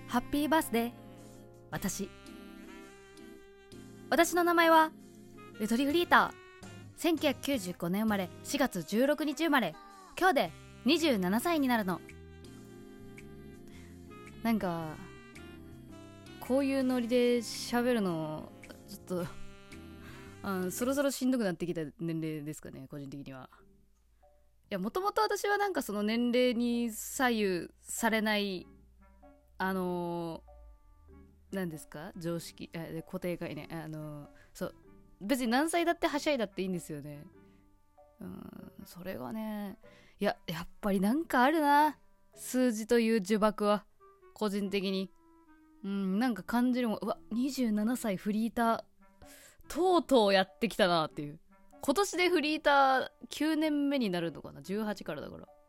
ハッピーバースデー。私の名前はゆとりフリーター。1995年生まれ、4月16日生まれ、今日で27歳になるの。なんかこういうノリで喋るのちょっとそろそろしんどくなってきた年齢ですかね、個人的には。いや、もともと私はなんかその年齢に左右されない何ですか、常識固定概念、そう別に何歳だってはしゃいだっていいんですよね。それがね、やっぱりなんかあるな、数字という呪縛は。個人的になんか感じるもん。うわ、27歳フリーターとうとうやってきたなっていう。今年でフリーター9年目になるのかな。18からだから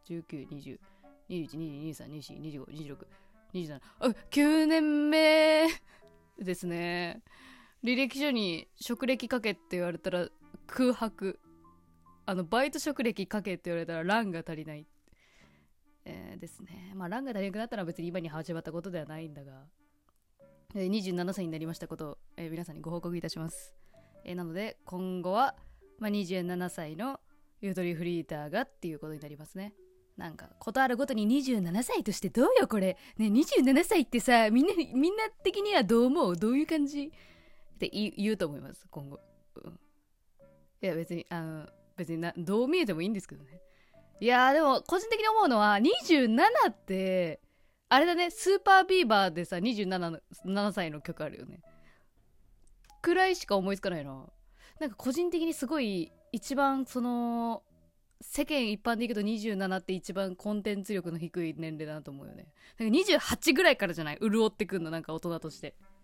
19、20、21、22、23、24、25、26、27、9年目ですね。履歴書に職歴書けって言われたら空白。バイト職歴書けって言われたら欄が足りない、ですね。まあ欄が足りなくなったら別に今に始まったことではないんだが、27歳になりましたことを、皆さんにご報告いたします。なので今後は、27歳のゆとりフリーターがっていうことになりますね。なんかことあるごとに27歳としてどうよこれね、27歳ってさ、みんな的にはどう思う、どういう感じって言うと思います今後。いや別にどう見えてもいいんですけどね。いやでも個人的に思うのは27ってあれだね、スーパービーバーでさ27歳の曲あるよねくらいしか思いつかないな。なんか個人的にすごい一番その世間一般で言うと27って一番コンテンツ力の低い年齢だなと思うよね。なんか28ぐらいからじゃない、潤ってくんの、なんか大人として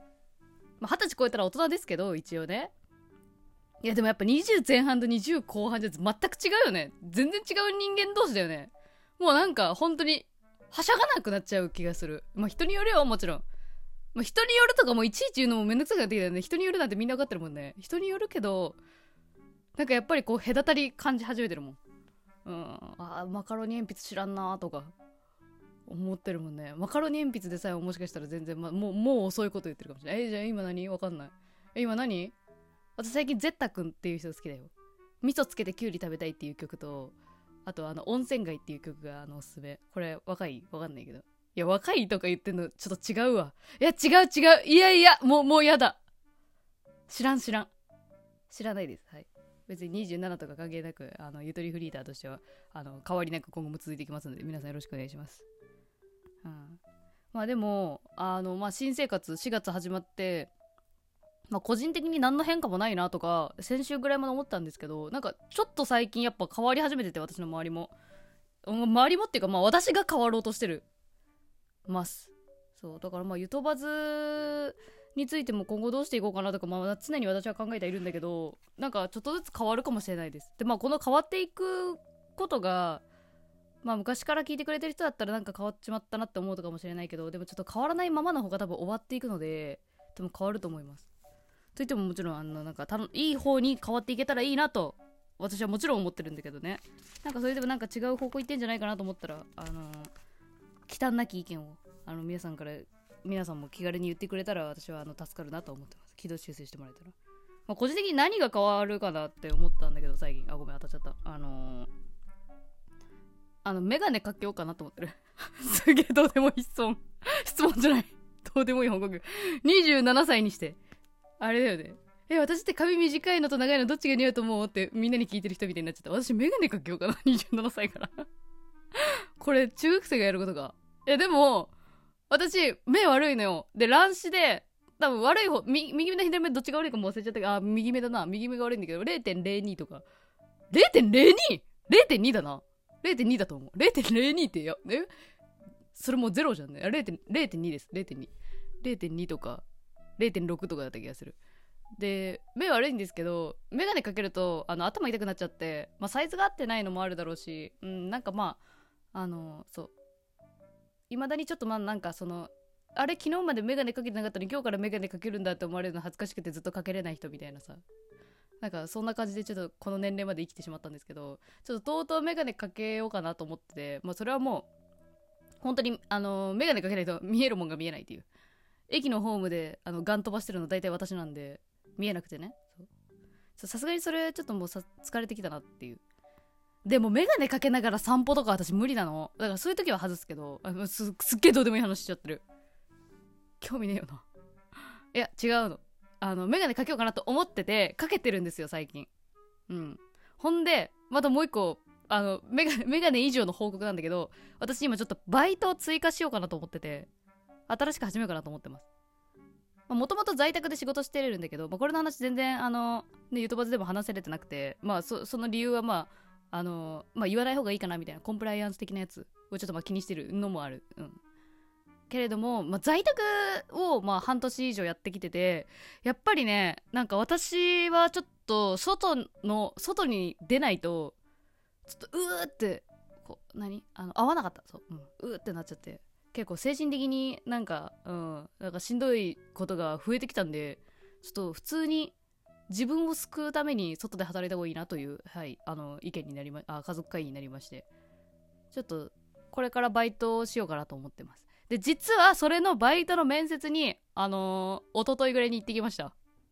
。20歳超えたら大人ですけど一応ね。いやでもやっぱ20前半と20後半じゃ全く違うよね。全然違う人間同士だよね。もうなんか本当にはしゃがなくなっちゃう気がする。人によるよ、もちろん。人によるとかもいちいち言うのもめんどくさくなってきたよね。人によるなんてみんな分かってるもんね。人によるけど、なんかやっぱりこう隔たり感じ始めてるもん。マカロニ鉛筆知らんなとか思ってるもんね。マカロニ鉛筆でさえもしかしたら全然、もう遅いこと言ってるかもしれない。じゃあ今何わかんない。今何？私最近ゼッタ君っていう人好きだよ。味噌つけてキュウリ食べたいっていう曲と、あと温泉街っていう曲がおすすめ。これ若い？わかんないけど。いや若いとか言ってんのちょっと違うわ。いや違う。いやもうやだ。知らないです。はい。別に27とか関係なくゆとりフリーターとしては変わりなく今後も続いていきますので、皆さんよろしくお願いします。まあでも新生活4月始まって、個人的に何の変化もないなとか先週ぐらいまで思ったんですけど、なんかちょっと最近やっぱ変わり始めてて、私の周りもっていうか、私が変わろうとしてるます。そうだからゆとばずについても今後どうしていこうかなとか、常に私は考えているんだけど、なんかちょっとずつ変わるかもしれないです。でこの変わっていくことが昔から聞いてくれてる人だったらなんか変わっちまったなって思うかもしれないけど、でもちょっと変わらないままの方が多分終わっていくので、でも変わると思います。といってももちろんなんかいい方に変わっていけたらいいなと私はもちろん思ってるんだけどね。なんかそれでもなんか違う方向行ってんじゃないかなと思ったら忌憚なき意見を皆さんも気軽に言ってくれたら私は助かるなと思ってます。軌道修正してもらえたら、個人的に何が変わるかなって思ったんだけど、最近ごめん当たっちゃった。メガネかけようかなと思ってるすげえどうでもいい質問じゃない、どうでもいい報告。27歳にしてあれだよね。私って髪短いのと長いのどっちが似合うと思うってみんなに聞いてる人みたいになっちゃった。私メガネかけようかな27歳からこれ中学生がやることか。でも私目悪いのよ。で乱視で多分悪い方、右目と左目どっちが悪いかも忘れちゃったけど、右目だな。右目が悪いんだけど 0.02 とか 0.02?0.2 だな。0.2 だと思う。0.02 ってそれもうゼロじゃんね。0.2 です。0.2 とか 0.6 とかだった気がする。で目悪いんですけど、メガネかけると頭痛くなっちゃって、サイズが合ってないのもあるだろうし、なんかそういまだにちょっとなんかあれ昨日までメガネかけてなかったのに今日からメガネかけるんだって思われるの恥ずかしくてずっとかけれない人みたいなさ、なんかそんな感じでちょっとこの年齢まで生きてしまったんですけど、ちょっととうとうメガネかけようかなと思ってて、それはもう本当にメガネかけないと見えるもんが見えないっていう。駅のホームでガン飛ばしてるの大体私なんで見えなくてね。さすがにそれちょっともう疲れてきたなっていう。でもメガネかけながら散歩とか私無理なの。だからそういう時は外すけど、すっげえどうでもいい話しちゃってる。興味ねえよな。いや違うの。メガネかけようかなと思っててかけてるんですよ最近。うん。ほんでまたもう一個メガネ以上の報告なんだけど、私今ちょっとバイトを追加しようかなと思ってて、新しく始めようかなと思ってます。もともと在宅で仕事してるんだけど、これの話全然ゆとばずでも話せれてなくて、その理由は言わない方がいいかなみたいなコンプライアンス的なやつをちょっと気にしてるのもある。けれども、在宅を半年以上やってきてて、やっぱりね、なんか私はちょっと外に出ないとちょっとって合わなかった。そう、ってなっちゃって、結構精神的になんかしんどいことが増えてきたんで、ちょっと普通に自分を救うために外で働いた方がいいなという、意見になり家族会議になりまして、ちょっとこれからバイトをしようかなと思ってます。で、実はそれのバイトの面接に一昨日ぐらいに行ってきました。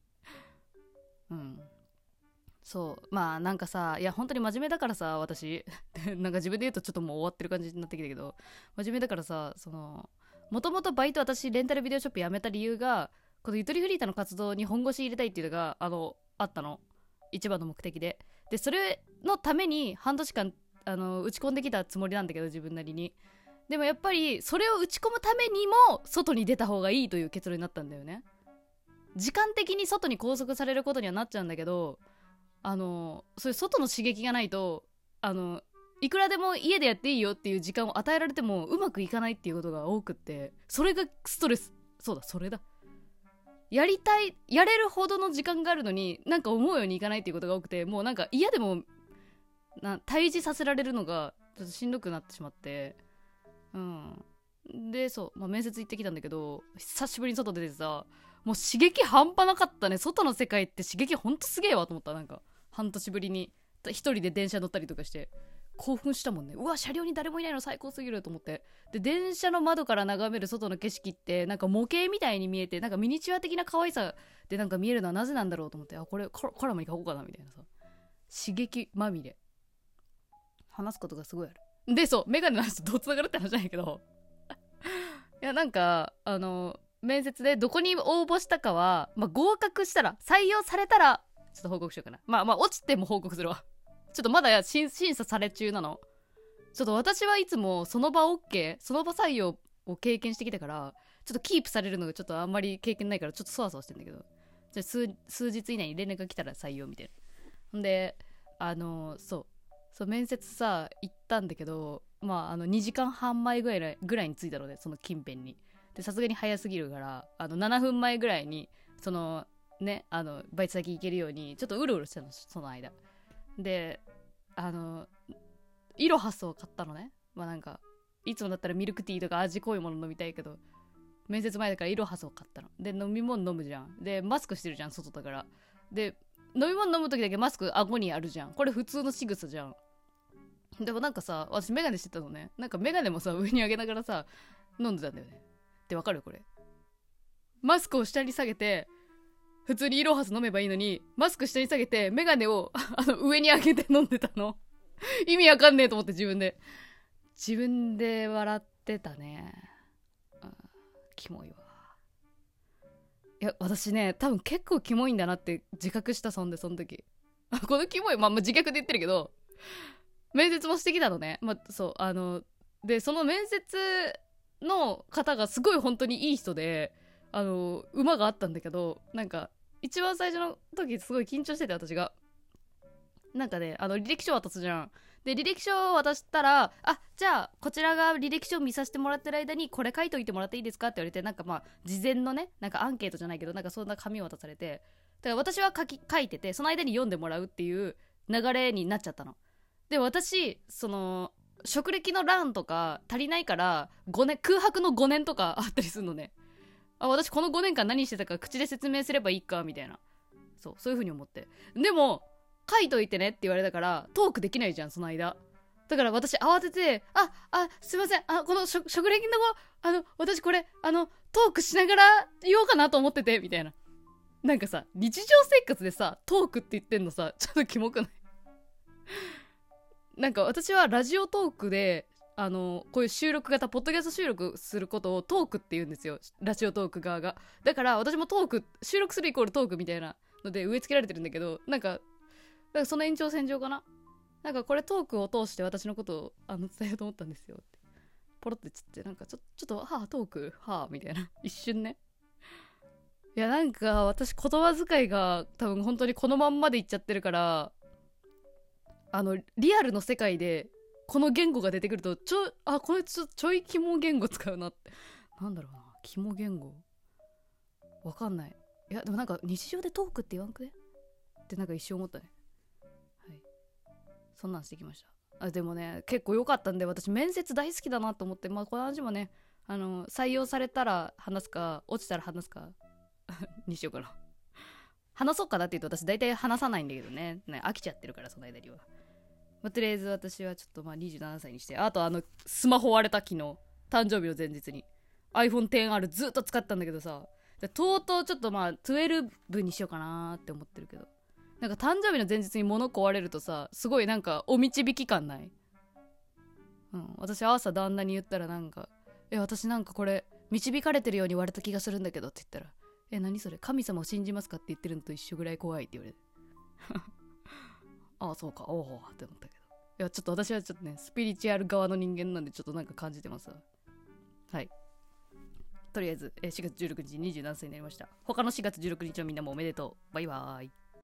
そうなんかさ、いや本当に真面目だからさ私なんか自分で言うとちょっともう終わってる感じになってきたけど、真面目だからさ、もともとバイト私レンタルビデオショップ辞めた理由が、このゆとりフリーターの活動に本腰入れたいっていうのがあったの、一番の目的で。でそれのために半年間打ち込んできたつもりなんだけど、自分なりに。でもやっぱりそれを打ち込むためにも外に出た方がいいという結論になったんだよね。時間的に外に拘束されることにはなっちゃうんだけど、そういう外の刺激がないといくらでも家でやっていいよっていう時間を与えられてもうまくいかないっていうことが多くって、それがストレス。そうだ、それだ。やれるほどの時間があるのになんか思うようにいかないっていうことが多くて、もうなんか嫌でも対峙させられるのがちょっとしんどくなってしまって、で面接行ってきたんだけど、久しぶりに外出てさ、もう刺激半端なかったね。外の世界って刺激ほんとすげえわと思った。なんか半年ぶりに一人で電車乗ったりとかして興奮したもんね。うわ、車両に誰もいないの最高すぎると思って。で電車の窓から眺める外の景色ってなんか模型みたいに見えて、なんかミニチュア的な可愛さでなんか見えるのはなぜなんだろうと思って、これコラムに書こうかなみたいなさ、刺激まみれ話すことがすごいある。でメガネの話とどうつながるって話なんやけどいやなんか面接でどこに応募したかは、合格したら、採用されたらちょっと報告しようかな。落ちても報告するわ。ちょっとまだ審査され中なの。ちょっと私はいつもその場 OK、 その場採用を経験してきたから、ちょっとキープされるのがちょっとあんまり経験ないからちょっとそわそわしてんだけど、じゃあ数日以内に連絡が来たら採用みたいな。んでそう面接さ行ったんだけど、2時間半前ぐらいに着いたので、その近辺に。でさすがに早すぎるから7分前ぐらいにバイト先行けるようにちょっとうろうろしてたの、その間でイロハスを買ったのね。なんかいつもだったらミルクティーとか味濃いもの飲みたいけど、面接前だからイロハスを買ったの。で飲み物飲むじゃん。でマスクしてるじゃん、外だから。で飲み物飲む時だけマスク顎にあるじゃん。これ普通の仕草じゃん。でもなんかさ、私メガネしてたのね。なんかメガネもさ上に上げながらさ飲んでたんだよね。ってわかる？これマスクを下に下げて普通にイロハス飲めばいいのに、マスク下に下げてメガネを上に上げて飲んでたの意味わかんねえと思って自分で笑ってたね。キモいわ。いや私ね、多分結構キモいんだなって自覚した。その時このキモい自虐で言ってるけど、面接もしてきたのね。でその面接の方がすごい本当にいい人で馬があったんだけど、なんか一番最初の時すごい緊張してて、私がなんかね履歴書渡すじゃん。で履歴書を渡したら、じゃあこちらが履歴書を見させてもらってる間にこれ書いといてもらっていいですかって言われて、なんか事前のね、なんかアンケートじゃないけど、なんかそんな紙を渡されて、だから私は書いてて、その間に読んでもらうっていう流れになっちゃったの。で私職歴の欄とか足りないから空白の5年とかあったりするのね。私この5年間何してたか口で説明すればいいかみたいな、そういう風に思って。でも書いといてねって言われたからトークできないじゃん、その間。だだから私慌てて、すいません、この職歴の私これ、トークしながら言おうかなと思ってて、みたいな。なんかさ、日常生活でさ、トークって言ってんのさ、ちょっとキモくない？なんか私はラジオトークで、こういう収録型、ポッドキャスト収録することをトークって言うんですよ。ラジオトーク側が。だから私もトーク、収録するイコールトークみたいなので植え付けられてるんだけど、なんかその延長線上かな。なんかこれトークを通して私のことを伝えようと思ったんですよって。ポロってつって、なんかちょっと、トークみたいな。一瞬ね。いや、なんか私言葉遣いが多分本当にこのまんまでいっちゃってるから、リアルの世界でこの言語が出てくるとこれちょいキモ言語使うなって。なんだろうな、キモ言語わかんない。いやでもなんか日常でトークって言わんくねってなんか一瞬思ったね。はい、そんなんしてきました。でもね結構良かったんで、私面接大好きだなと思って、この話もね採用されたら話すか落ちたら話すかにしようかな。話そうかなって言うと私大体話さないんだけどね、飽きちゃってるからその間には。とりあえず私はちょっと27歳にして、あとスマホ割れた昨日、誕生日の前日に iPhone XR ずっと使ったんだけどさ、とうとうちょっと12にしようかなって思ってるけど、なんか誕生日の前日に物壊れるとさ、すごいなんかお導き感ない？私朝旦那に言ったらなんか私なんかこれ導かれてるように割れた気がするんだけどって言ったら、何それ神様を信じますかって言ってるのと一緒ぐらい怖いって言われてそうかおおって思ったけど、いやちょっと私はちょっとねスピリチュアル側の人間なんでちょっとなんか感じてますわ。はい、とりあえず4月16日27歳になりました。他の4月16日のみんなもおめでとう。バイバーイ。